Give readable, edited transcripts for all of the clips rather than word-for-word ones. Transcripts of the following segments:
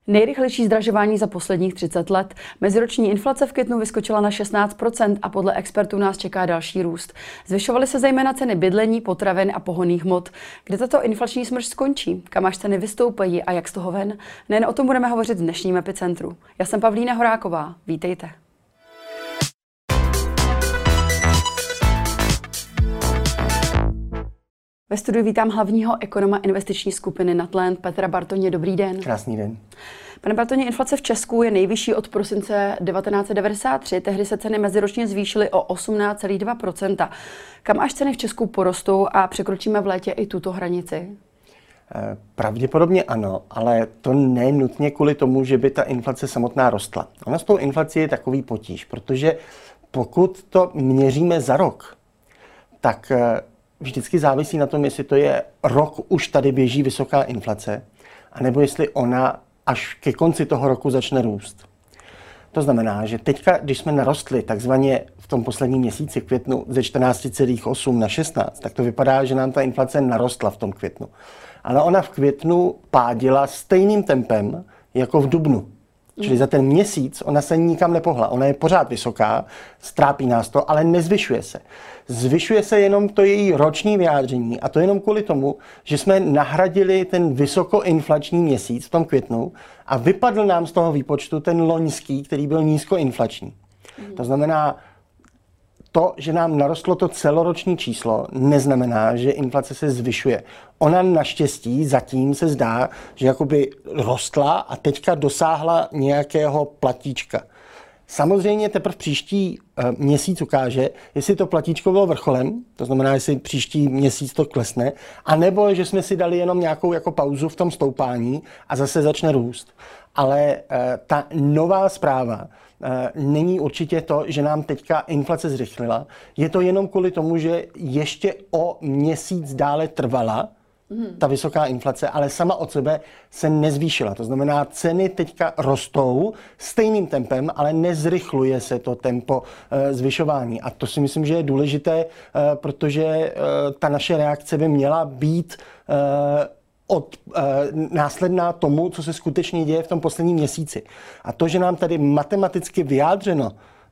Nejrychlejší zdražování za posledních 30 let. Meziroční inflace v květnu vyskočila na 16% a podle expertů nás čeká další růst. Zvyšovaly se zejména ceny bydlení, potravin a pohonných hmot. Kde tato inflační smršť skončí? Kam až ceny vystoupají a jak z toho ven? Nejen o tom budeme hovořit v dnešním Epicentru. Já jsem Pavlína Horáková. Vítejte. Ve studiu vítám hlavního ekonoma investiční skupiny Natland Petra Bartoně. Dobrý den. Krásný den. Pane Bartoně, inflace v Česku je nejvyšší od prosince 1993. Tehdy se ceny meziročně zvýšily o 18,2%. Kam až ceny v Česku porostou a překročíme v létě i tuto hranici? Pravděpodobně ano, ale to ne nutně kvůli tomu, že by ta inflace samotná rostla. Ona s tou inflací je takový potíž, protože pokud to měříme za rok, tak vždycky závisí na tom, jestli to je rok, už tady běží vysoká inflace, anebo jestli ona až ke konci toho roku začne růst. To znamená, že teďka, když jsme narostli takzvaně v tom posledním měsíci květnu ze 14,8 na 16, tak to vypadá, že nám ta inflace narostla v tom květnu. Ale ona v květnu pádila stejným tempem jako v dubnu. Čili za ten měsíc ona se nikam nepohla. Ona je pořád vysoká, strápí nás to, ale nezvyšuje se. Zvyšuje se jenom to její roční vyjádření a to jenom kvůli tomu, že jsme nahradili ten vysokoinflační měsíc v tom květnu a vypadl nám z toho výpočtu ten loňský, který byl nízkoinflační. To znamená, to, že nám narostlo to celoroční číslo, neznamená, že inflace se zvyšuje. Ona naštěstí zatím se zdá, že jakoby rostla a teďka dosáhla nějakého platíčka. Samozřejmě teprve příští měsíc ukáže, jestli to platíčko bylo vrcholem, to znamená, jestli příští měsíc to klesne, anebo že jsme si dali jenom nějakou jako pauzu v tom stoupání a zase začne růst. Ale ta nová zpráva není určitě to, že nám teďka inflace zrychlila. Je to jenom kvůli tomu, že ještě o měsíc dále trvala ta vysoká inflace, ale sama od sebe se nezvýšila. To znamená, ceny teďka rostou stejným tempem, ale nezrychluje se to tempo zvyšování. A to si myslím, že je důležité, protože ta naše reakce by měla být následná tomu, co se skutečně děje v tom posledním měsíci. A to, že nám tady matematicky vyjádřeno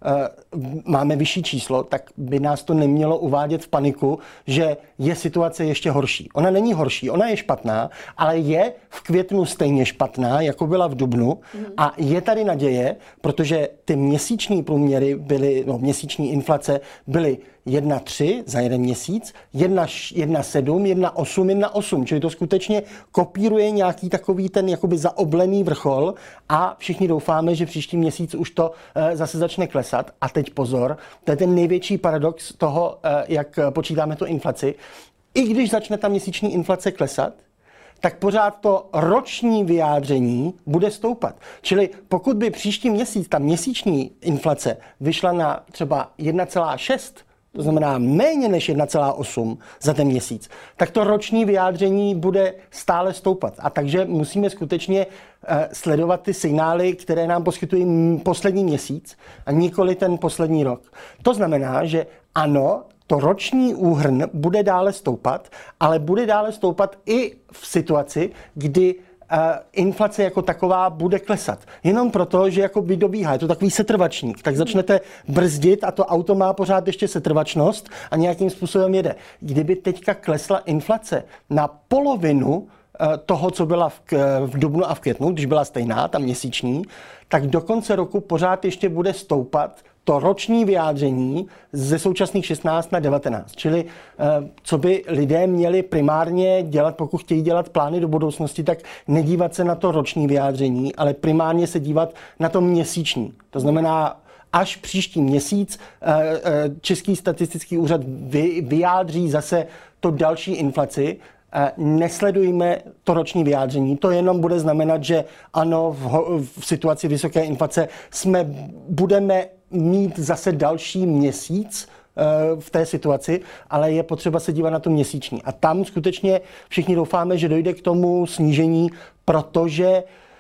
máme vyšší číslo, tak by nás to nemělo uvádět v paniku, že je situace ještě horší. Ona není horší, ona je špatná, ale je v květnu stejně špatná, jako byla v dubnu a je tady naděje, protože ty měsíční průměry byly, měsíční inflace byly 1,3 za jeden měsíc, 1,7, 1,8, 1,8, čili to skutečně kopíruje nějaký takový ten jakoby zaoblený vrchol a všichni doufáme, že příští měsíc už to zase začne klesat. A teď pozor, to je ten největší paradox toho, jak počítáme tu inflaci. I když začne ta měsíční inflace klesat, tak pořád to roční vyjádření bude stoupat. Čili pokud by příští měsíc ta měsíční inflace vyšla na třeba 1,6, to znamená méně než 1,8 za ten měsíc, tak to roční vyjádření bude stále stoupat. A takže musíme skutečně sledovat ty signály, které nám poskytují poslední měsíc a nikoli ten poslední rok. To znamená, že ano, to roční úhrn bude dále stoupat, ale bude dále stoupat i v situaci, kdy inflace jako taková bude klesat. Jenom proto, že jako vydobíhá, je to takový setrvačník, tak začnete brzdit a to auto má pořád ještě setrvačnost a nějakým způsobem jede. Kdyby teďka klesla inflace na polovinu toho, co byla v dubnu a v květnu, když byla stejná, ta měsíční, tak do konce roku pořád ještě bude stoupat to roční vyjádření ze současných 16 na 19. Čili co by lidé měli primárně dělat, pokud chtějí dělat plány do budoucnosti, tak nedívat se na to roční vyjádření, ale primárně se dívat na to měsíční. To znamená, až příští měsíc Český statistický úřad vyjádří zase to další inflaci. Nesledujme to roční vyjádření. To jenom bude znamenat, že ano, v situaci vysoké inflace budeme mít zase další měsíc v té situaci, ale je potřeba se dívat na to měsíční. A tam skutečně všichni doufáme, že dojde k tomu snížení, protože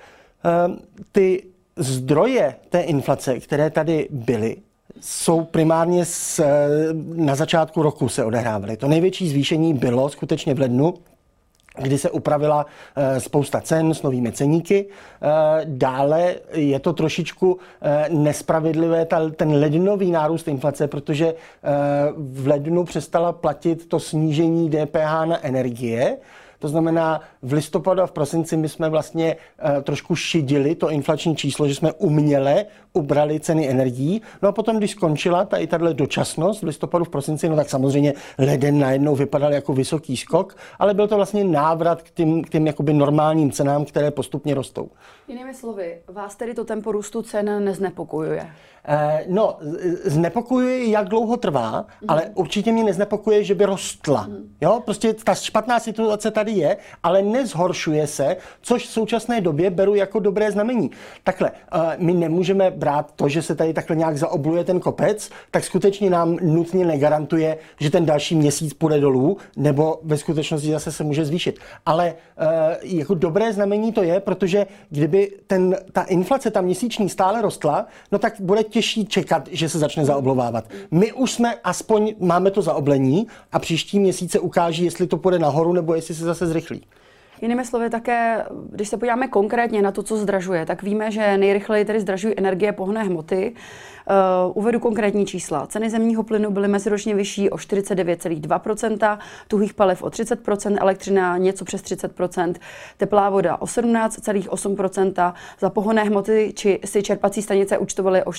ty zdroje té inflace, které tady byly, jsou primárně na začátku roku se odehrávaly. To největší zvýšení bylo skutečně v lednu, kdy se upravila spousta cen s novými ceníky. Dále je to trošičku nespravedlivé, ten lednový nárůst inflace, protože v lednu přestala platit to snížení DPH na energie. To znamená, v listopadu a v prosinci my jsme vlastně trošku šidili to inflační číslo, že jsme uměle ubrali ceny energií. No a potom, když skončila tato dočasnost v listopadu, v prosinci, no tak samozřejmě leden najednou vypadal jako vysoký skok, ale byl to vlastně návrat k těm jakoby normálním cenám, které postupně rostou. Jinými slovy, vás tedy to tempo růstu cen neznepokojuje? No, znepokojuje, jak dlouho trvá, ale určitě mě neznepokojuje, že by rostla. Jo? Prostě ta špatná situace tady je, ale nezhoršuje se, což v současné době beru jako dobré znamení. Takhle, my nemůžeme brát to, že se tady takhle nějak zaobluje ten kopec, tak skutečně nám nutně negarantuje, že ten další měsíc půjde dolů, nebo ve skutečnosti zase se může zvýšit. Ale jako dobré znamení to je, protože kdyby ta inflace, ta měsíční stále rostla, no tak bude těžší čekat, že se začne zaoblovávat. My už jsme aspoň máme to zaoblení a příští měsíce ukáží, jestli to půjde nahoru nebo jestli se zase zrychlí. Jinými slovy také, když se podíváme konkrétně na to, co zdražuje, tak víme, že nejrychleji tedy zdražují energie, pohonné hmoty. Uvedu konkrétní čísla. Ceny zemního plynu byly meziročně vyšší o 49,2%, tuhých paliv o 30%, elektřina něco přes 30%, teplá voda o 17,8%, za pohonné hmoty či si čerpací stanice účtovaly o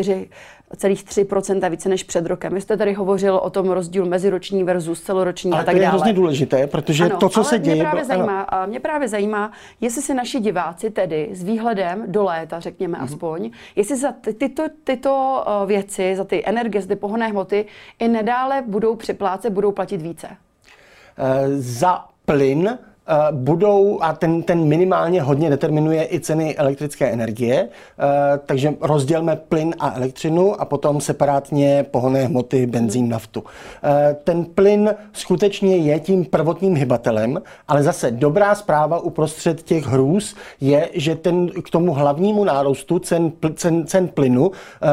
44,3% více než před rokem. Vy jste tady hovořil o tom rozdílu meziroční versus celoroční a tak dále. Ale to je hrozně důležité, protože ano, to, co se děje... Mě právě zajímá, jestli si naši diváci tedy s výhledem do léta, řekněme aspoň, jestli za tyto věci, za ty energie, za ty pohonné hmoty i nadále budou připlácet, budou platit více? Za plyn budou, a ten minimálně hodně determinuje i ceny elektrické energie, takže rozdělme plyn a elektřinu a potom separátně pohonné hmoty, benzín, naftu. Ten plyn skutečně je tím prvotním hybatelem, ale zase dobrá zpráva uprostřed těch hrůz je, že k tomu hlavnímu nárůstu cen plynu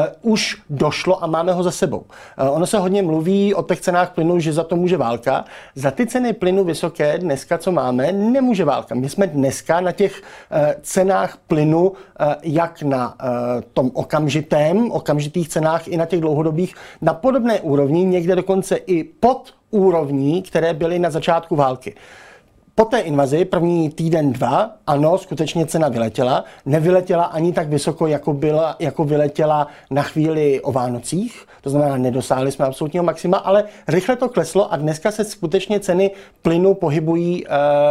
už došlo a máme ho za sebou. Ono se hodně mluví o těch cenách plynu, že za to může válka. Za ty ceny plynu vysoké dneska, co máme, nemůže válka. My jsme dneska na těch cenách plynu, jak na tom okamžitých cenách, i na těch dlouhodobých, na podobné úrovni, někde dokonce i pod úrovní, které byly na začátku války. Po té invazi, první týden, dva, ano, skutečně cena vyletěla. Nevyletěla ani tak vysoko, jako vyletěla na chvíli o Vánocích. To znamená, nedosáhli jsme absolutního maxima, ale rychle to kleslo a dneska se skutečně ceny plynu pohybují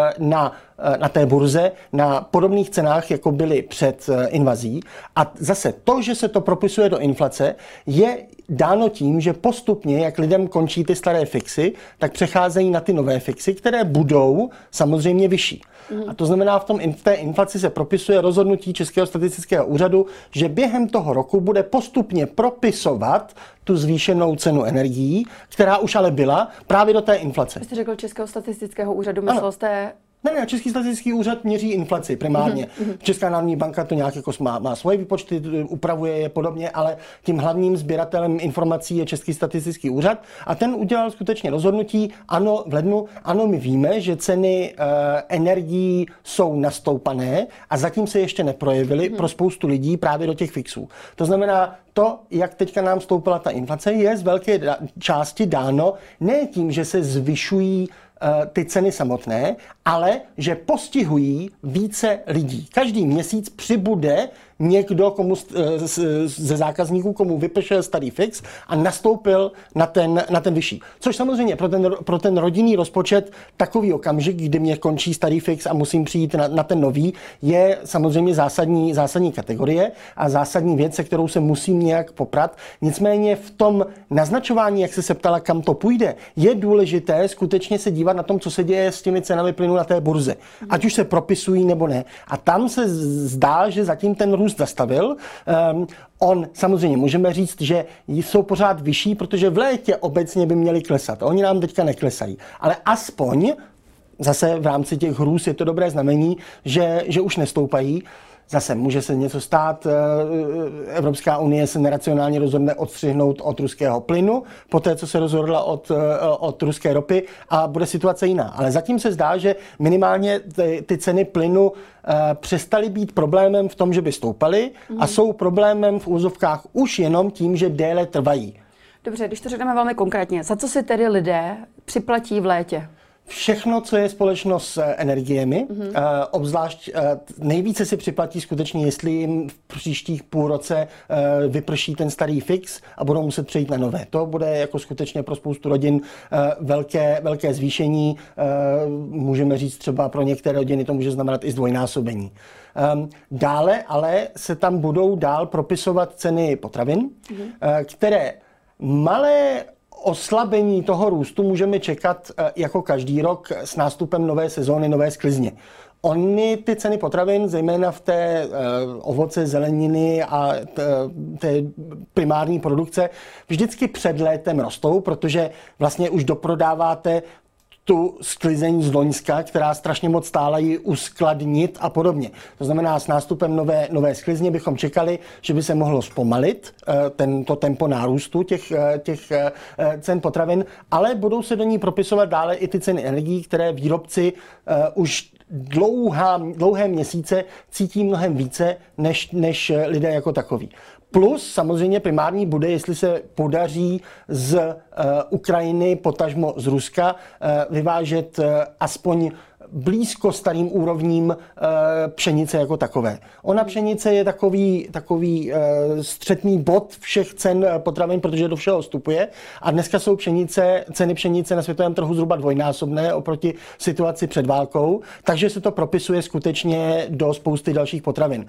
na té burze na podobných cenách, jako byly před invazí. A zase to, že se to propisuje do inflace, je dáno tím, že postupně, jak lidem končí ty staré fixy, tak přecházejí na ty nové fixy, které budou samozřejmě vyšší. A to znamená, v té inflaci se propisuje rozhodnutí Českého statistického úřadu, že během toho roku bude postupně propisovat tu zvýšenou cenu energií, která už ale byla právě do té inflace. Vy jste řekl Českého statistického úřadu, myslel jste... Ne, Český statistický úřad měří inflaci primárně. Česká národní banka to nějak jako má svoje výpočty, upravuje je podobně, ale tím hlavním sběratelem informací je Český statistický úřad a ten udělal skutečně rozhodnutí, ano, v lednu, ano, my víme, že ceny energií jsou nastoupané a zatím se ještě neprojevily pro spoustu lidí právě do těch fixů. To znamená, to, jak teďka nám stoupila ta inflace, je z velké části dáno ne tím, že se zvyšují ty ceny samotné, ale že postihují více lidí. Každý měsíc přibude někdo ze zákazníků, komu vypršel starý fix a nastoupil na ten vyšší. Což samozřejmě pro ten rodinný rozpočet takový okamžik, kdy mě končí starý fix a musím přijít na ten nový, je samozřejmě zásadní kategorie a zásadní věc, se kterou se musím nějak poprat. Nicméně v tom naznačování, jak se ptala, kam to půjde, je důležité skutečně se dívat na tom, co se děje s těmi cenami plynu na té burze. Ať už se propisují nebo ne. A tam se zdá, že zatím ten růst zastavil. On samozřejmě můžeme říct, že jsou pořád vyšší, protože v létě obecně by měly klesat. Oni nám teďka neklesají. Ale aspoň zase v rámci těch hrůz je to dobré znamení, že už nestoupají. Zase může se něco stát, Evropská unie se neracionálně rozhodne odstřihnout od ruského plynu, poté co se rozhodla od ruské ropy a bude situace jiná. Ale zatím se zdá, že minimálně ty ceny plynu přestaly být problémem v tom, že by stoupaly a jsou problémem v úzovkách už jenom tím, že déle trvají. Dobře, když to řekneme velmi konkrétně, za co si tedy lidé připlatí v létě? Všechno, co je společno s energiemi, obzvlášť nejvíce si připlatí skutečně, jestli jim v příštích půl roce vyprší ten starý fix a budou muset přejít na nové. To bude jako skutečně pro spoustu rodin velké zvýšení. Můžeme říct třeba pro některé rodiny to může znamenat i zdvojnásobení. Dále ale se tam budou dál propisovat ceny potravin, které malé oslabení toho růstu můžeme čekat jako každý rok s nástupem nové sezóny, nové sklizně. Ony ty ceny potravin, zejména v té ovoce, zeleniny a té primární produkce, vždycky před létem rostou, protože vlastně už doprodáváte tu sklizeň z loňska, která strašně moc stála, ji uskladnit a podobně. To znamená, s nástupem nové sklizně bychom čekali, že by se mohlo zpomalit to tempo nárůstu těch cen potravin, ale budou se do ní propisovat dále i ty ceny energií, které výrobci už dlouhé měsíce cítí mnohem více než lidé jako takoví. Plus samozřejmě primární bude, jestli se podaří z Ukrajiny, potažmo z Ruska, vyvážet aspoň blízko starým úrovním pšenice jako takové. Ona pšenice je takový střetný bod všech cen potravin, protože do všeho vstupuje. A dneska jsou ceny pšenice na světovém trhu zhruba dvojnásobné oproti situaci před válkou, takže se to propisuje skutečně do spousty dalších potravin.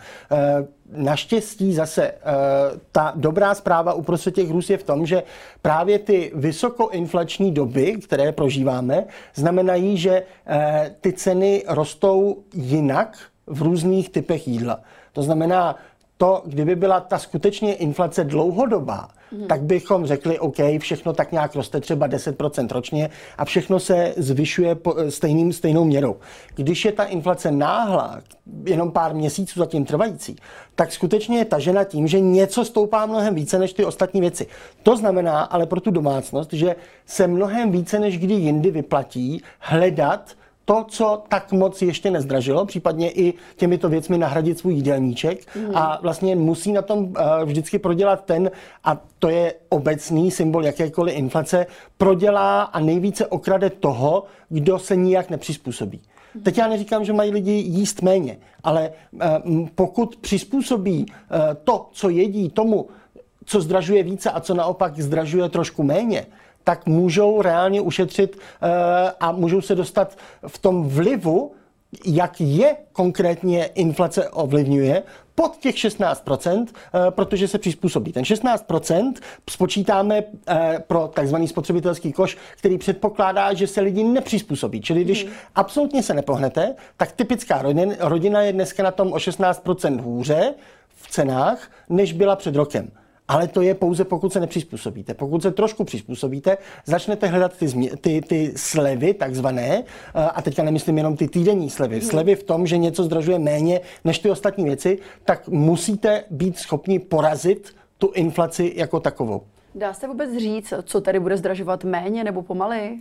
Naštěstí zase ta dobrá zpráva uprostřed těch růst je v tom, že právě ty vysokoinflační doby, které prožíváme, znamenají, že ty ceny rostou jinak v různých typech jídla. To znamená, kdyby byla ta skutečně inflace dlouhodobá, tak bychom řekli, OK, všechno tak nějak roste třeba 10% ročně a všechno se zvyšuje stejnou měrou. Když je ta inflace náhlá, jenom pár měsíců zatím trvající, tak skutečně je tažena tím, že něco stoupá mnohem více než ty ostatní věci. To znamená ale pro tu domácnost, že se mnohem více než kdy jindy vyplatí hledat to, co tak moc ještě nezdražilo, případně i těmito věcmi nahradit svůj jídelníček a vlastně musí na tom vždycky prodělat a to je obecný symbol jakékoliv inflace, prodělá a nejvíce okrade toho, kdo se nijak nepřizpůsobí. Teď já neříkám, že mají lidi jíst méně, ale pokud přizpůsobí to, co jedí, tomu, co zdražuje více a co naopak zdražuje trošku méně, tak můžou reálně ušetřit a můžou se dostat v tom vlivu, jak je konkrétně inflace ovlivňuje, pod těch 16%, protože se přizpůsobí. Ten 16% spočítáme pro takzvaný spotřebitelský koš, který předpokládá, že se lidi nepřizpůsobí. Čili když absolutně se nepohnete, tak typická rodina je dneska na tom o 16% hůře v cenách, než byla před rokem. Ale to je pouze, pokud se nepřizpůsobíte. Pokud se trošku přizpůsobíte, začnete hledat ty slevy, takzvané, a teďka nemyslím jenom ty týdenní slevy. Slevy v tom, že něco zdražuje méně než ty ostatní věci, tak musíte být schopni porazit tu inflaci jako takovou. Dá se vůbec říct, co tady bude zdražovat méně nebo pomaleji?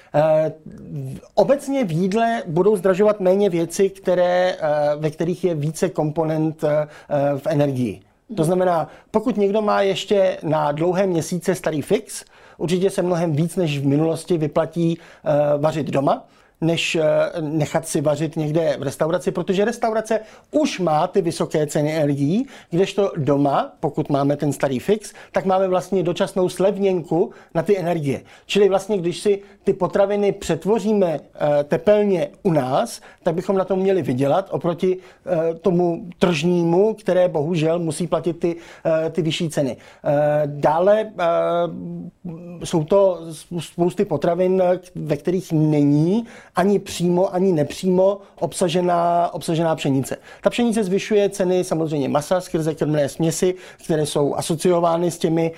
Obecně v jídle budou zdražovat méně věci, ve kterých je více komponent v energii. To znamená, pokud někdo má ještě na dlouhé měsíce starý fix, určitě se mnohem víc než v minulosti vyplatí vařit doma, než nechat si vařit někde v restauraci, protože restaurace už má ty vysoké ceny energií, kdežto doma, pokud máme ten starý fix, tak máme vlastně dočasnou slevněnku na ty energie. Čili vlastně, když si ty potraviny přetvoříme tepelně u nás, tak bychom na tom měli vydělat oproti tomu tržnímu, které bohužel musí platit ty vyšší ceny. Dále jsou to spousty potravin, ve kterých není ani přímo, ani nepřímo obsažená pšenice. Ta pšenice zvyšuje ceny samozřejmě masa skrze krmné směsi, které jsou asociovány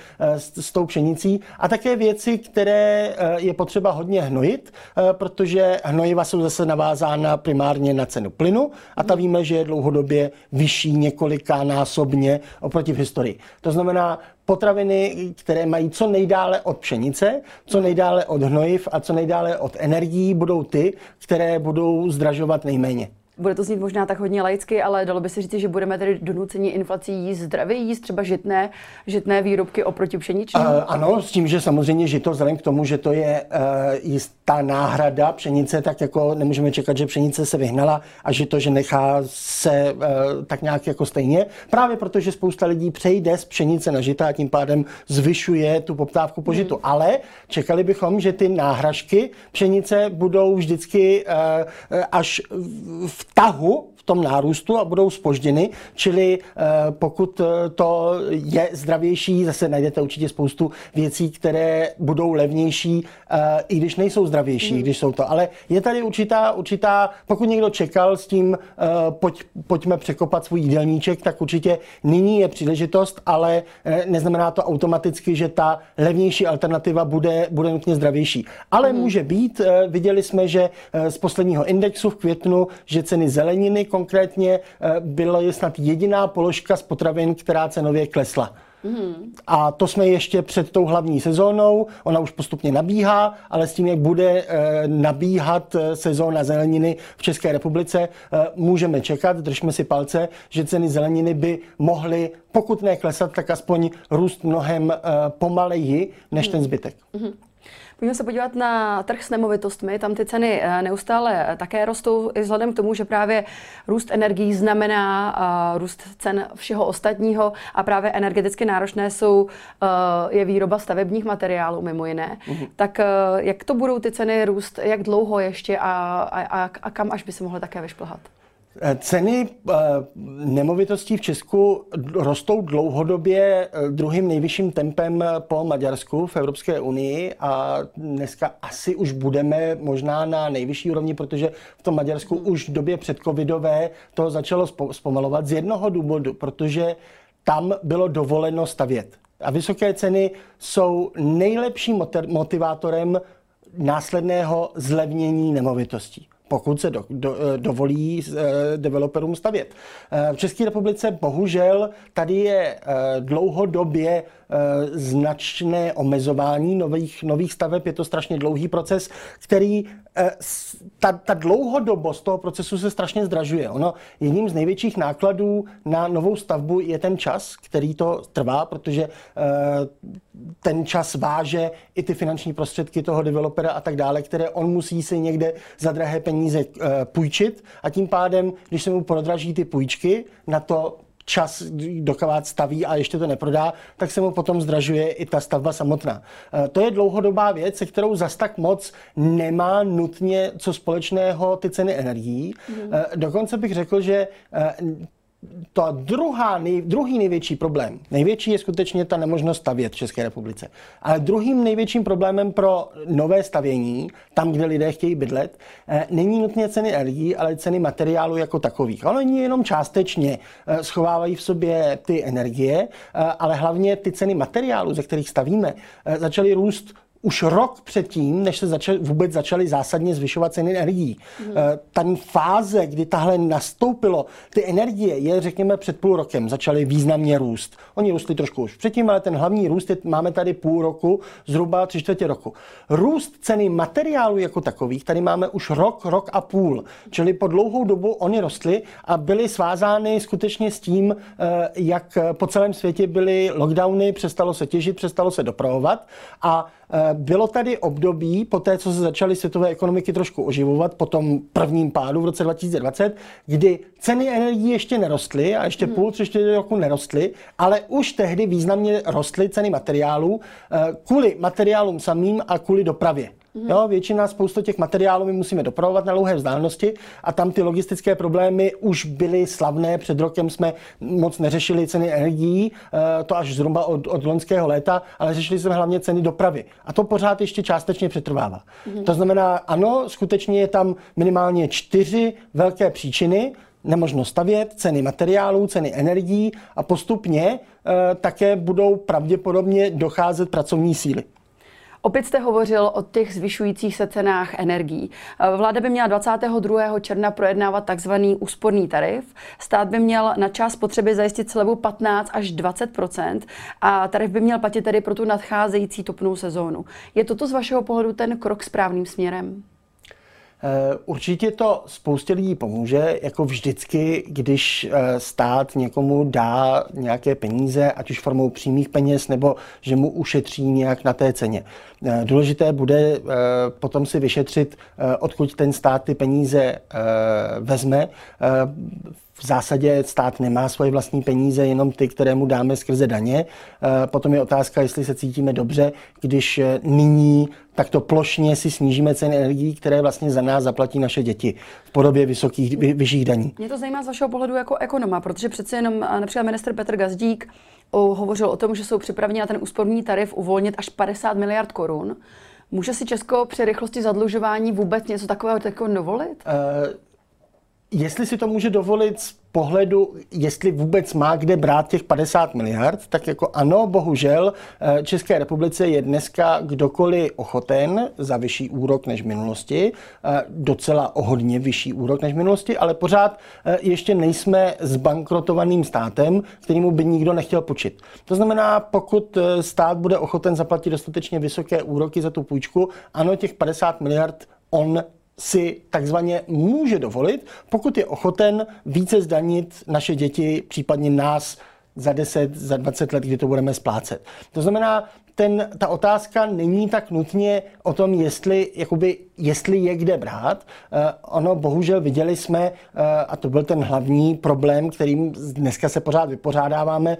s tou pšenicí, a také věci, které je potřeba hodně hnojit, protože hnojiva jsou zase navázána primárně na cenu plynu a ta víme, že je dlouhodobě vyšší několikanásobně oproti v historii. To znamená, potraviny, které mají co nejdále od pšenice, co nejdále od hnojiv a co nejdále od energií, budou ty, které budou zdražovat nejméně. Bude to znít možná tak hodně laicky, ale dalo by se říct, že budeme tedy donuceni inflací jíst zdravě, jíst třeba žitné výrobky oproti pšeničním? Ano, s tím, že samozřejmě žito, vzhledem k tomu, že to je jistá náhrada pšenice, tak jako nemůžeme čekat, že pšenice se vyhnala a žito, že nechá se tak nějak jako stejně. Právě protože spousta lidí přejde z pšenice na žita a tím pádem zvyšuje tu poptávku po žitu. Ale čekali bychom, že ty náhražky pšenice budou vždycky až v tahu, v tom nárůstu a budou zpožděny, čili pokud to je zdravější, zase najdete určitě spoustu věcí, které budou levnější, i když nejsou zdravější, když jsou to. Ale je tady určitá, pokud někdo čekal s tím, pojďme překopat svůj jídelníček, tak určitě nyní je příležitost, ale neznamená to automaticky, že ta levnější alternativa bude nutně zdravější. Ale může být, viděli jsme, že z posledního indexu v květnu, že ceny zeleniny konkrétně byla snad jediná položka z potravin, která cenově klesla. A to jsme ještě před tou hlavní sezónou, ona už postupně nabíhá, ale s tím, jak bude nabíhat sezóna zeleniny v České republice, můžeme čekat, držme si palce, že ceny zeleniny by mohly, pokud ne klesat, tak aspoň růst mnohem pomaleji než ten zbytek. Pojďme se podívat na trh s nemovitostmi. Tam ty ceny neustále také rostou i vzhledem k tomu, že právě růst energií znamená růst cen všeho ostatního a právě energeticky náročné je výroba stavebních materiálů mimo jiné. Tak jak to budou ty ceny růst, jak dlouho ještě a kam až by se mohly také vyšplhat? Ceny nemovitostí v Česku rostou dlouhodobě druhým nejvyšším tempem po Maďarsku v Evropské unii a dneska asi už budeme možná na nejvyšší úrovni, protože v tom Maďarsku už v době předcovidové to začalo zpomalovat z jednoho důvodu, protože tam bylo dovoleno stavět. A vysoké ceny jsou nejlepším motivátorem následného zlevnění nemovitostí, pokud se dovolí developerům stavět. V České republice bohužel tady je dlouhodobě značné omezování nových staveb. Je to strašně dlouhý proces, který ta dlouhodobost toho procesu se strašně zdražuje. Jedním z největších nákladů na novou stavbu je ten čas, který to trvá, protože ten čas váže i ty finanční prostředky toho developera a tak dále, které on musí si někde za drahé peníze půjčit a tím pádem, když se mu prodraží ty půjčky na to čas, dokavát staví a ještě to neprodá, tak se mu potom zdražuje i ta stavba samotná. To je dlouhodobá věc, se kterou zas tak moc nemá nutně co společného ty ceny energií. Dokonce bych řekl, že druhý největší problém, největší je skutečně ta nemožnost stavět v České republice, ale druhým největším problémem pro nové stavění, tam, kde lidé chtějí bydlet, není nutně ceny energií, ale ceny materiálu jako takových. Oni jenom částečně schovávají v sobě ty energie, ale hlavně ty ceny materiálu, ze kterých stavíme, začaly růst už rok předtím, než se vůbec začaly zásadně zvyšovat ceny energií. Ta fáze, kdy tahle nastoupilo, ty energie je, řekněme, před půl rokem začaly významně růst. Oni rostli trošku už předtím, ale ten hlavní růst máme tady půl roku, zhruba 3/4 roku. Růst ceny materiálu jako takových tady máme už rok a půl. Čili po dlouhou dobu oni rostly a byly svázány skutečně s tím, jak po celém světě byly lockdowny, přestalo se těžit, přestalo se dopravovat a bylo tady období, po té, co se začaly světové ekonomiky trošku oživovat, po tom prvním pádu v roce 2020, kdy ceny energií ještě nerostly a ještě 3/4 roku nerostly, ale už tehdy významně rostly ceny materiálů kvůli materiálům samým a kvůli dopravě. Jo, spoustu těch materiálů my musíme dopravovat na dlouhé vzdálenosti a tam ty logistické problémy už byly slavné. Před rokem jsme moc neřešili ceny energií, to až zhruba od loňského léta, ale řešili jsme hlavně ceny dopravy. A to pořád ještě částečně přetrvává. To znamená, ano, skutečně je tam minimálně 4 velké příčiny. Nemožno stavět, ceny materiálů, ceny energií a postupně také budou pravděpodobně docházet pracovní síly. Opět jste hovořil o těch zvyšujících se cenách energií. Vláda by měla 22. června projednávat takzvaný úsporný tarif. Stát by měl na část spotřeby zajistit slevu 15 až 20% a tarif by měl platit tedy pro tu nadcházející topnou sezónu. Je toto z vašeho pohledu ten krok správným směrem? Určitě to spoustě lidí pomůže, jako vždycky, když stát někomu dá nějaké peníze, ať už formou přímých peněz, nebo že mu ušetří nějak na té ceně. Důležité bude potom si vyšetřit, odkud ten stát ty peníze vezme. V zásadě stát nemá svoje vlastní peníze, jenom ty, které mu dáme skrze daně. Potom je otázka, jestli se cítíme dobře, když nyní takto plošně si snížíme ceny energií, které vlastně za nás zaplatí naše děti v podobě vyšších daní. Mě to zajímá z vašeho pohledu jako ekonoma, protože přece jenom například ministr Petr Gazdík hovořil o tom, že jsou připraveni na ten úsporný tarif uvolnit až 50 miliard korun. Může si Česko při rychlosti zadlužování vůbec něco takového dovolit? Jestli si to může dovolit z pohledu, jestli vůbec má kde brát těch 50 miliard, tak jako ano, bohužel České republice je dneska kdokoliv ochoten za vyšší úrok než v minulosti, docela o hodně vyšší úrok než v minulosti, ale pořád ještě nejsme zbankrotovaným státem, kterému by nikdo nechtěl půjčit. To znamená, pokud stát bude ochoten zaplatit dostatečně vysoké úroky za tu půjčku, ano, těch 50 miliard on si takzvaně může dovolit, pokud je ochoten více zdanit naše děti, případně nás za 10, za 20 let, kdy to budeme splácet. To znamená, ta otázka není tak nutně o tom, jestli je kde brát. Ono bohužel viděli jsme, a to byl ten hlavní problém, kterým dneska se pořád vypořádáváme,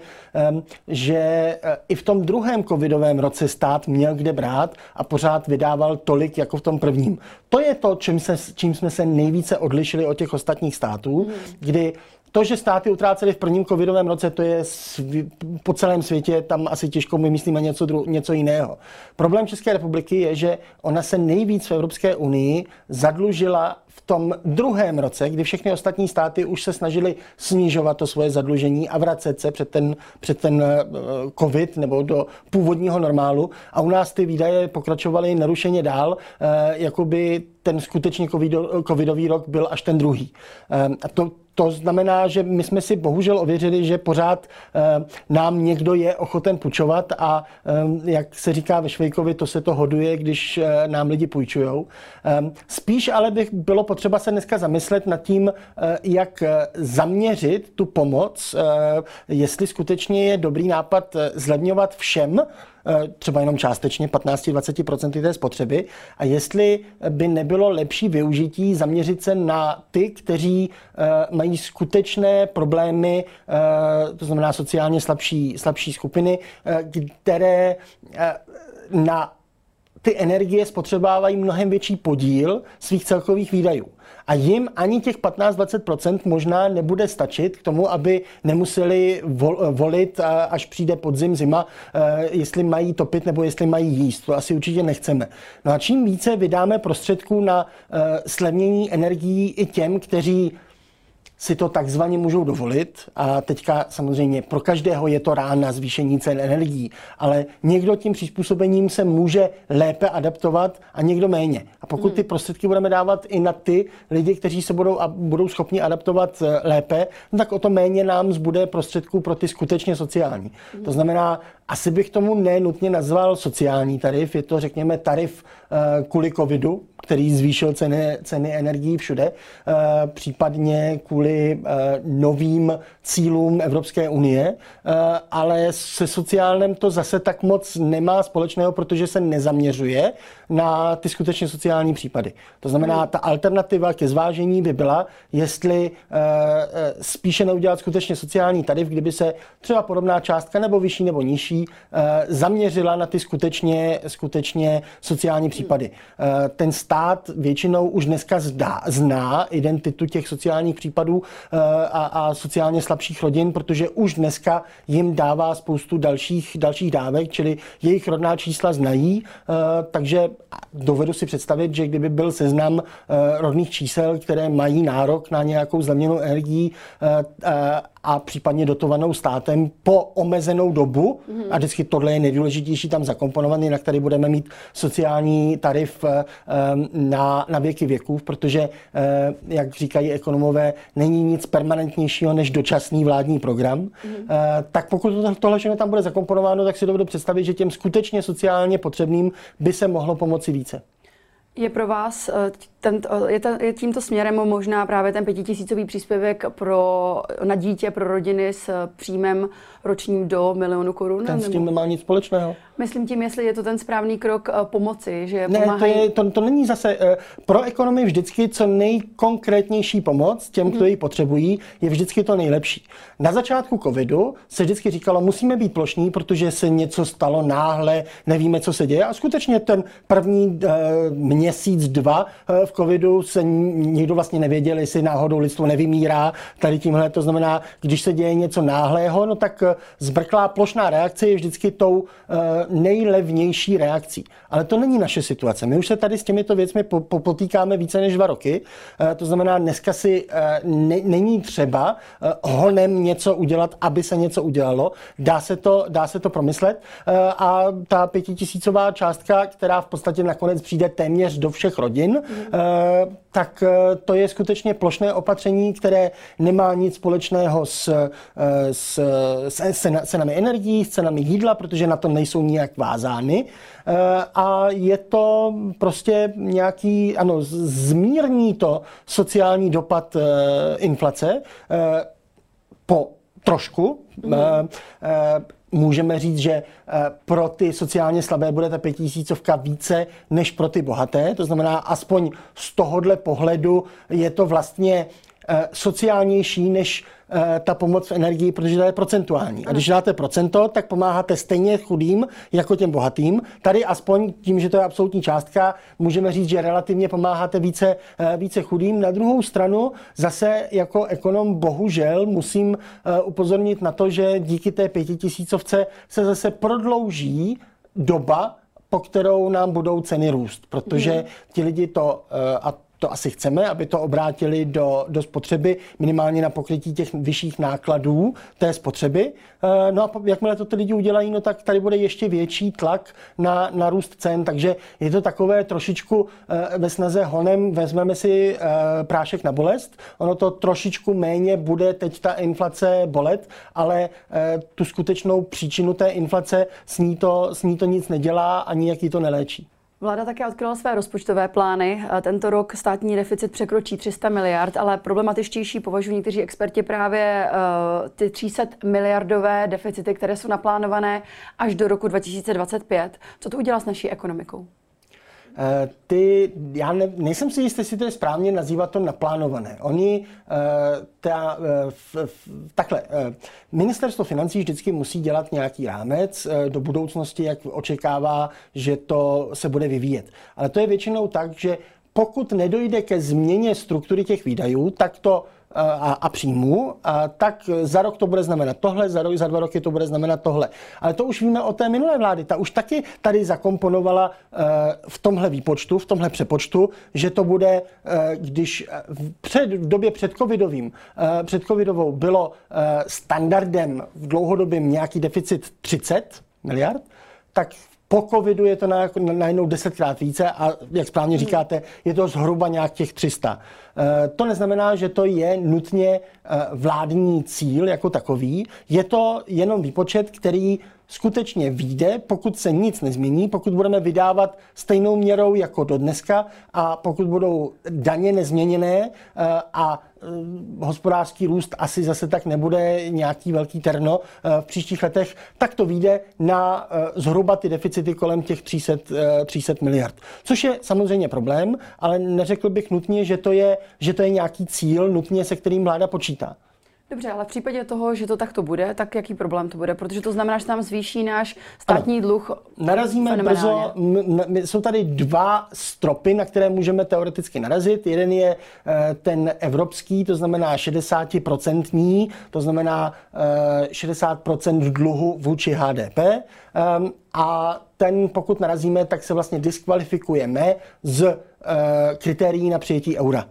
že i v tom druhém covidovém roce stát měl kde brát a pořád vydával tolik jako v tom prvním. To je to, čím jsme se nejvíce odlišili od těch ostatních států, kdy to, že státy utrácely v prvním covidovém roce, to je po celém světě, tam asi těžko my myslíme něco jiného. Problém České republiky je, že ona se nejvíc v Evropské unii zadlužila v tom druhém roce, kdy všechny ostatní státy už se snažily snižovat to svoje zadlužení a vracet se před ten covid nebo do původního normálu a u nás ty výdaje pokračovaly nerušeně dál, jakoby ten skutečně covidový rok byl až ten druhý. A to znamená, že my jsme si bohužel ověřili, že pořád nám někdo je ochoten půjčovat a jak se říká ve Švejkovi, to se to hoduje, když nám lidi půjčujou. Spíš ale bylo potřeba se dneska zamyslet nad tím, jak zaměřit tu pomoc, jestli skutečně je dobrý nápad zlevňovat všem, třeba jenom částečně 15-20% té spotřeby a jestli by nebylo lepší využití zaměřit se na ty, kteří mají skutečné problémy, to znamená sociálně slabší skupiny, které na ty energie spotřebávají mnohem větší podíl svých celkových výdajů. A jim ani těch 15-20% možná nebude stačit k tomu, aby nemuseli volit, až přijde podzim, zima, jestli mají topit nebo jestli mají jíst. To asi určitě nechceme. No a čím více vydáme prostředků na slevnění energií i těm, kteří si to takzvaně můžou dovolit a teďka samozřejmě pro každého je to rána zvýšení cen energií, ale někdo tím přizpůsobením se může lépe adaptovat a někdo méně. A pokud ty prostředky budeme dávat i na ty lidi, kteří se budou schopni adaptovat lépe, no tak o to méně nám zbude prostředků pro ty skutečně sociální. To znamená, asi bych tomu nenutně nazval sociální tarif, je to řekněme tarif kvůli covidu, který zvýšil ceny energií všude, případně kvůli novým cílům Evropské unie, ale se sociálním to zase tak moc nemá společného, protože se nezaměřuje na ty skutečně sociální případy. To znamená, ta alternativa ke zvážení by byla, jestli spíše neudělat skutečně sociální tarif, kdyby se třeba podobná částka nebo vyšší nebo nižší energií zaměřila na ty skutečně sociální případy. Ten stát většinou už dneska zná identitu těch sociálních případů a sociálně slabších rodin, protože už dneska jim dává spoustu dalších dávek, čili jejich rodná čísla znají, takže dovedu si představit, že kdyby byl seznam rodných čísel, které mají nárok na nějakou zlevněnou energii a případně dotovanou státem po omezenou dobu, a vždycky tohle je nejdůležitější tam zakomponovaný, jinak tady budeme mít sociální tarif na věky věků, protože, jak říkají ekonomové, není nic permanentnějšího než dočasný vládní program. Tak pokud tohle všechno tam bude zakomponováno, tak si dovedu představit, že těm skutečně sociálně potřebným by se mohlo pomoci více. Je pro vás je tímto směrem možná právě ten 5 000 příspěvek na dítě pro rodiny s příjmem ročním do 1 000 000 korun? Ten s tím nemá nic společného. Myslím tím, jestli je to ten správný krok pomoci, že ne, pomáhají... to není zase... Pro ekonomy vždycky co nejkonkrétnější pomoc těm, kdo ji potřebují, je vždycky to nejlepší. Na začátku covidu se vždycky říkalo, musíme být plošní, protože se něco stalo náhle, nevíme, co se děje. A skutečně ten první měsíc, 2 v covidu se nikdo vlastně nevěděl, jestli náhodou lidstvo nevymírá tady tímhle. To znamená, když se děje něco náhlého, no tak zbrklá plošná reakce je vždycky tou nejlevnější reakcí. Ale to není naše situace. My už se tady s těmito věcmi potýkáme více než 2 roky. To znamená, dneska si není třeba honem něco udělat, aby se něco udělalo. Dá se to promyslet. A ta 5 000 částka, která v podstatě nakonec přijde téměř do všech rodin, tak to je skutečně plošné opatření, které nemá nic společného s cenami energií, s cenami jídla, protože na to nejsou nijak vázány. A je to prostě nějaký, zmírní to sociální dopad inflace po trošku. Můžeme říct, že pro ty sociálně slabé bude ta 5 000 více než pro ty bohaté. To znamená, aspoň z tohohle pohledu je to vlastně sociálnější než ta pomoc v energii, protože to je procentuální. A když dáte procento, tak pomáháte stejně chudým jako těm bohatým. Tady aspoň tím, že to je absolutní částka, můžeme říct, že relativně pomáháte více chudým. Na druhou stranu zase jako ekonom bohužel musím upozornit na to, že díky té 5 000 se zase prodlouží doba, po kterou nám budou ceny růst. Protože ti lidi to asi chceme, aby to obrátili do spotřeby, minimálně na pokrytí těch vyšších nákladů té spotřeby. No a jakmile to ty lidi udělají, no tak tady bude ještě větší tlak na růst cen, takže je to takové trošičku ve snaze honem, vezmeme si prášek na bolest, ono to trošičku méně bude teď ta inflace bolet, ale tu skutečnou příčinu té inflace s ní to nic nedělá a nijak ji to neléčí. Vláda také odkryla své rozpočtové plány. Tento rok státní deficit překročí 300 miliard, ale problematičtější považují někteří experti právě ty 300 miliardové deficity, které jsou naplánované až do roku 2025. Co to udělá s naší ekonomikou? Nejsem si jistý, jestli to je správně nazývat to naplánované. Ministerstvo financí vždycky musí dělat nějaký rámec do budoucnosti, jak očekává, že to se bude vyvíjet. Ale to je většinou tak, že pokud nedojde ke změně struktury těch výdajů, tak to a příjmů, tak za rok to bude znamenat tohle, za 2 roky to bude znamenat tohle. Ale to už víme o té minulé vlády. Ta už taky tady zakomponovala v tomhle výpočtu, v tomhle přepočtu, že to bude, když v době před covidovou bylo standardem v dlouhodobém nějaký deficit 30 miliard, tak po covidu je to najednou 10krát více a, jak správně říkáte, je to zhruba nějakých 300. To neznamená, že to je nutně vládní cíl jako takový. Je to jenom výpočet, který skutečně vyjde, pokud se nic nezmění, pokud budeme vydávat stejnou měrou jako do dneska a pokud budou daně nezměněné a hospodářský růst asi zase tak nebude nějaký velký terno v příštích letech, tak to vyjde na zhruba ty deficity kolem těch 300 miliard. Což je samozřejmě problém, ale neřekl bych nutně, že to je nějaký cíl, nutně se kterým vláda počítá. Dobře, ale v případě toho, že to takto bude, tak jaký problém to bude? Protože to znamená, že tam zvýší náš státní dluh. Narazíme brzo. Jsou tady dva stropy, na které můžeme teoreticky narazit. Jeden je ten evropský, to znamená 60%, to znamená 60% dluhu vůči HDP. A ten, pokud narazíme, tak se vlastně diskvalifikujeme z kritérií na přijetí eura.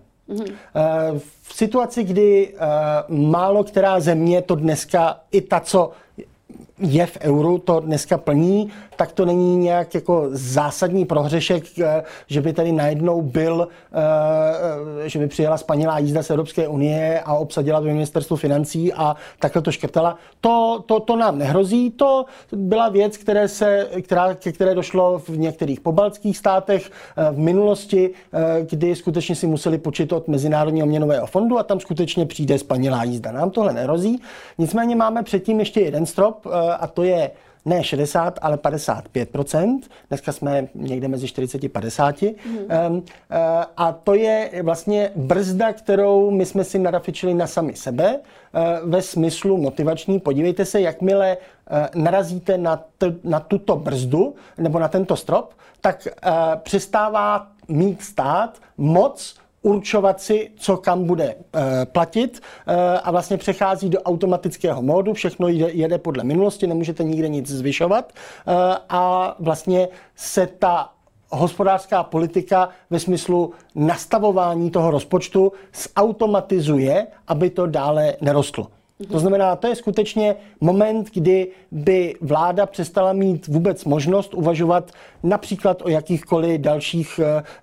V situaci, kdy málo která země to dneska, i ta, co je v euru, to dneska plní, tak to není nějak jako zásadní prohřešek, že by tady najednou byl, že by přijela spanilá jízda z Evropské unie a obsadila by ministerstvo financí a takhle to škrtala. To nám nehrozí. To byla věc, ke které došlo v některých pobaltských státech v minulosti, kdy skutečně si museli počít od Mezinárodního měnového fondu a tam skutečně přijde spanilá jízda. Nám tohle nehrozí. Nicméně máme předtím ještě jeden strop a to je ne 60, ale 55%. Dneska jsme někde mezi 40 a 50. A to je vlastně brzda, kterou my jsme si narafičili na sami sebe ve smyslu motivační. Podívejte se, jakmile narazíte na tuto brzdu nebo na tento strop, tak přestává mít stát moc určovat si, co kam bude platit a vlastně přechází do automatického módu, všechno jede podle minulosti, nemůžete nikde nic zvyšovat a vlastně se ta hospodářská politika ve smyslu nastavování toho rozpočtu zautomatizuje, aby to dále nerostlo. To znamená, to je skutečně moment, kdy by vláda přestala mít vůbec možnost uvažovat například o jakýchkoliv dalších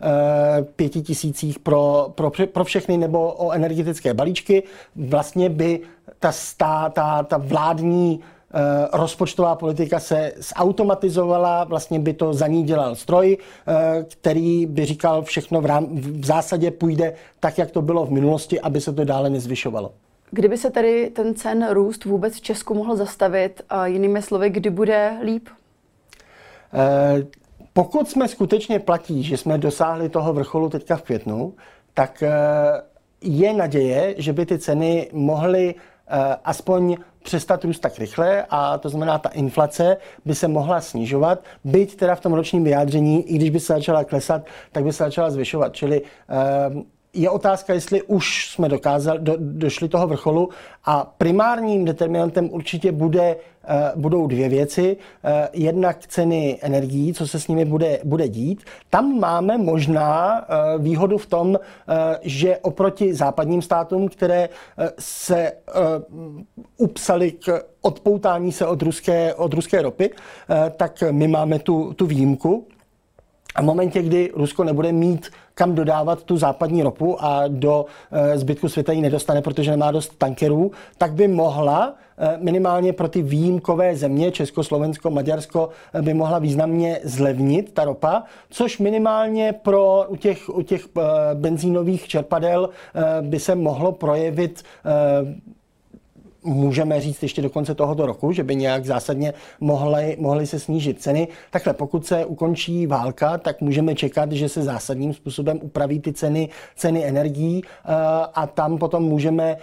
5 000 pro všechny nebo o energetické balíčky. Vlastně by ta vládní rozpočtová politika se zautomatizovala, vlastně by to za ní dělal stroj, který by říkal všechno v zásadě půjde tak, jak to bylo v minulosti, aby se to dále nezvyšovalo. Kdyby se tedy ten cen růst vůbec v Česku mohl zastavit, a jinými slovy, kdy bude líp? Pokud jsme skutečně platí, že jsme dosáhli toho vrcholu teďka v květnu, tak je naděje, že by ty ceny mohly aspoň přestat růst tak rychle a to znamená, ta inflace by se mohla snižovat, byť teda v tom ročním vyjádření, i když by se začala klesat, tak by se začala zvyšovat. Čili je otázka, jestli už jsme došli toho vrcholu a primárním determinantem určitě budou dvě věci. Jednak ceny energií, co se s nimi bude dít. Tam máme možná výhodu v tom, že oproti západním státům, které se upsaly k odpoutání se od ruské ropy, tak my máme tu výjimku. A v momentě, kdy Rusko nebude mít kam dodávat tu západní ropu a do zbytku světa ji nedostane, protože nemá dost tankerů, tak by mohla minimálně pro ty výjimkové země, Česko, Slovensko, Maďarsko, by mohla významně zlevnit ta ropa, což minimálně u těch benzínových čerpadel by se mohlo projevit, můžeme říct ještě do konce tohoto roku, že by nějak zásadně mohly se snížit ceny. Takhle, pokud se ukončí válka, tak můžeme čekat, že se zásadním způsobem upraví ty ceny energií a tam potom můžeme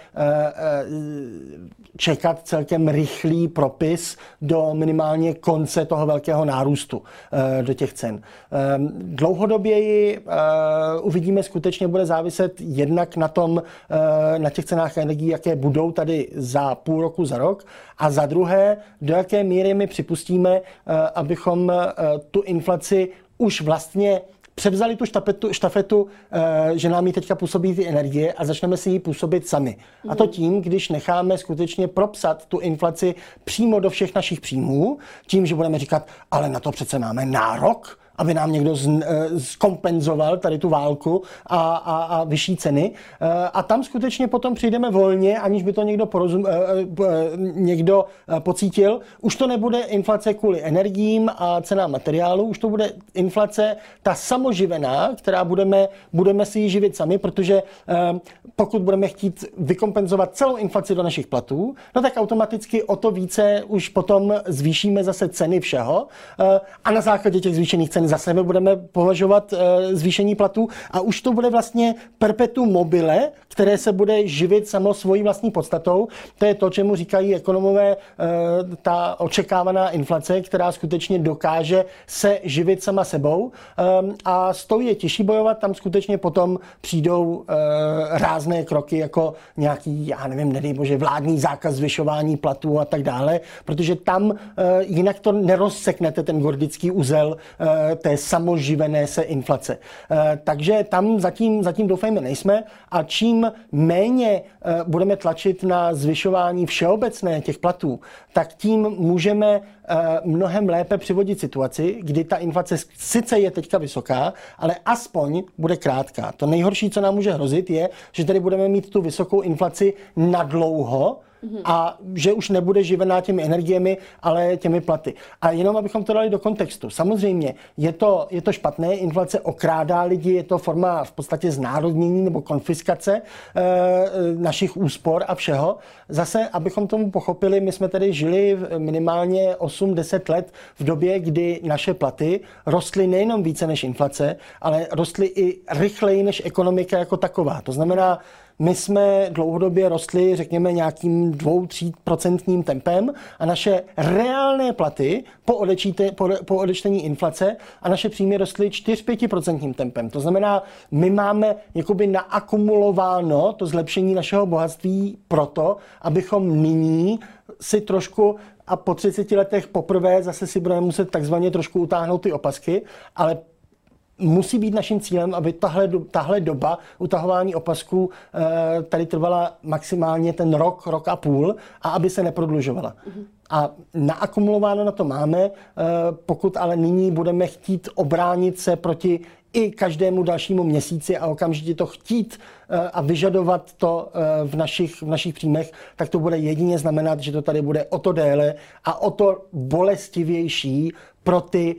čekat celkem rychlý propis do minimálně konce toho velkého nárůstu do těch cen. Dlouhodoběji uvidíme, skutečně bude záviset jednak na těch cenách energií, jaké budou tady za půl roku, za rok, a za druhé, do jaké míry my připustíme, abychom tu inflaci už vlastně převzali tu štafetu, že nám ji teďka působí ty energie a začneme si ji působit sami. A to tím, když necháme skutečně propsat tu inflaci přímo do všech našich příjmů, tím, že budeme říkat, ale na to přece máme nárok, aby nám někdo zkompenzoval tady tu válku a vyšší ceny. A tam skutečně potom přijdeme volně, aniž by to někdo pocítil. Už to nebude inflace kvůli energiím a cenám materiálu, už to bude inflace ta samoživená, která budeme si ji živit sami, protože pokud budeme chtít vykompenzovat celou inflaci do našich platů, no tak automaticky o to více už potom zvýšíme zase ceny všeho a na základě těch zvýšených cen ten za sebe budeme považovat zvýšení platů a už to bude vlastně perpetuum mobile, které se bude živit samo svojí vlastní podstatou. To je to, čemu říkají ekonomové ta očekávaná inflace, která skutečně dokáže se živit sama sebou a s tou je těžší bojovat, tam skutečně potom přijdou rázné kroky jako nějaký, já nevím, nedej bože, vládní zákaz zvyšování platů a tak dále, protože tam jinak to nerozseknete ten gordický uzel té samoživené se inflace. Takže tam zatím doufejme nejsme a čím méně budeme tlačit na zvyšování všeobecné těch platů, tak tím můžeme mnohem lépe přivodit situaci, kdy ta inflace sice je teďka vysoká, ale aspoň bude krátká. To nejhorší, co nám může hrozit, je, že tady budeme mít tu vysokou inflaci nadlouho, a že už nebude živená těmi energiemi, ale těmi platy. A jenom abychom to dali do kontextu. Samozřejmě je to špatné, inflace okrádá lidi, je to forma v podstatě znárodnění nebo konfiskace našich úspor a všeho. Zase, abychom tomu pochopili, my jsme tady žili minimálně 8-10 let v době, kdy naše platy rostly nejenom více než inflace, ale rostly i rychleji než ekonomika jako taková. To znamená, my jsme dlouhodobě rostli, řekněme, nějakým 2-3% tempem a naše reálné platy po odečtení inflace a naše příjmy rostly 4-5% tempem. To znamená, my máme jakoby naakumulováno to zlepšení našeho bohatství proto, abychom nyní si trošku a po 30 letech poprvé zase si budeme muset takzvaně trošku utáhnout ty opasky, ale musí být naším cílem, aby tahle doba utahování opasků tady trvala maximálně ten rok a půl a aby se neprodlužovala. A naakumulováno na to máme, pokud ale nyní budeme chtít obránit se proti i každému dalšímu měsíci a okamžitě to chtít a vyžadovat to v našich příjmech, tak to bude jedině znamenat, že to tady bude o to déle a o to bolestivější pro ty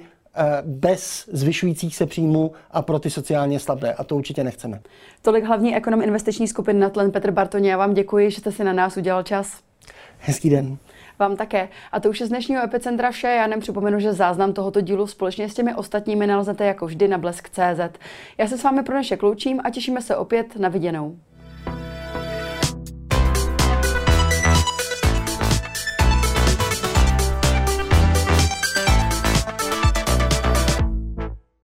bez zvyšujících se příjmů a pro ty sociálně slabé. A to určitě nechceme. Tolik hlavní ekonom investiční skupiny Natlen Petr Bartoň. Já vám děkuji, že jste si na nás udělal čas. Hezký den. Vám také. A to už je z dnešního Epicentra vše. Já nem připomenu, že záznam tohoto dílu společně s těmi ostatními nalezete jako vždy na blesk.cz. Já se s vámi pro dnešek loučím a těšíme se opět na viděnou.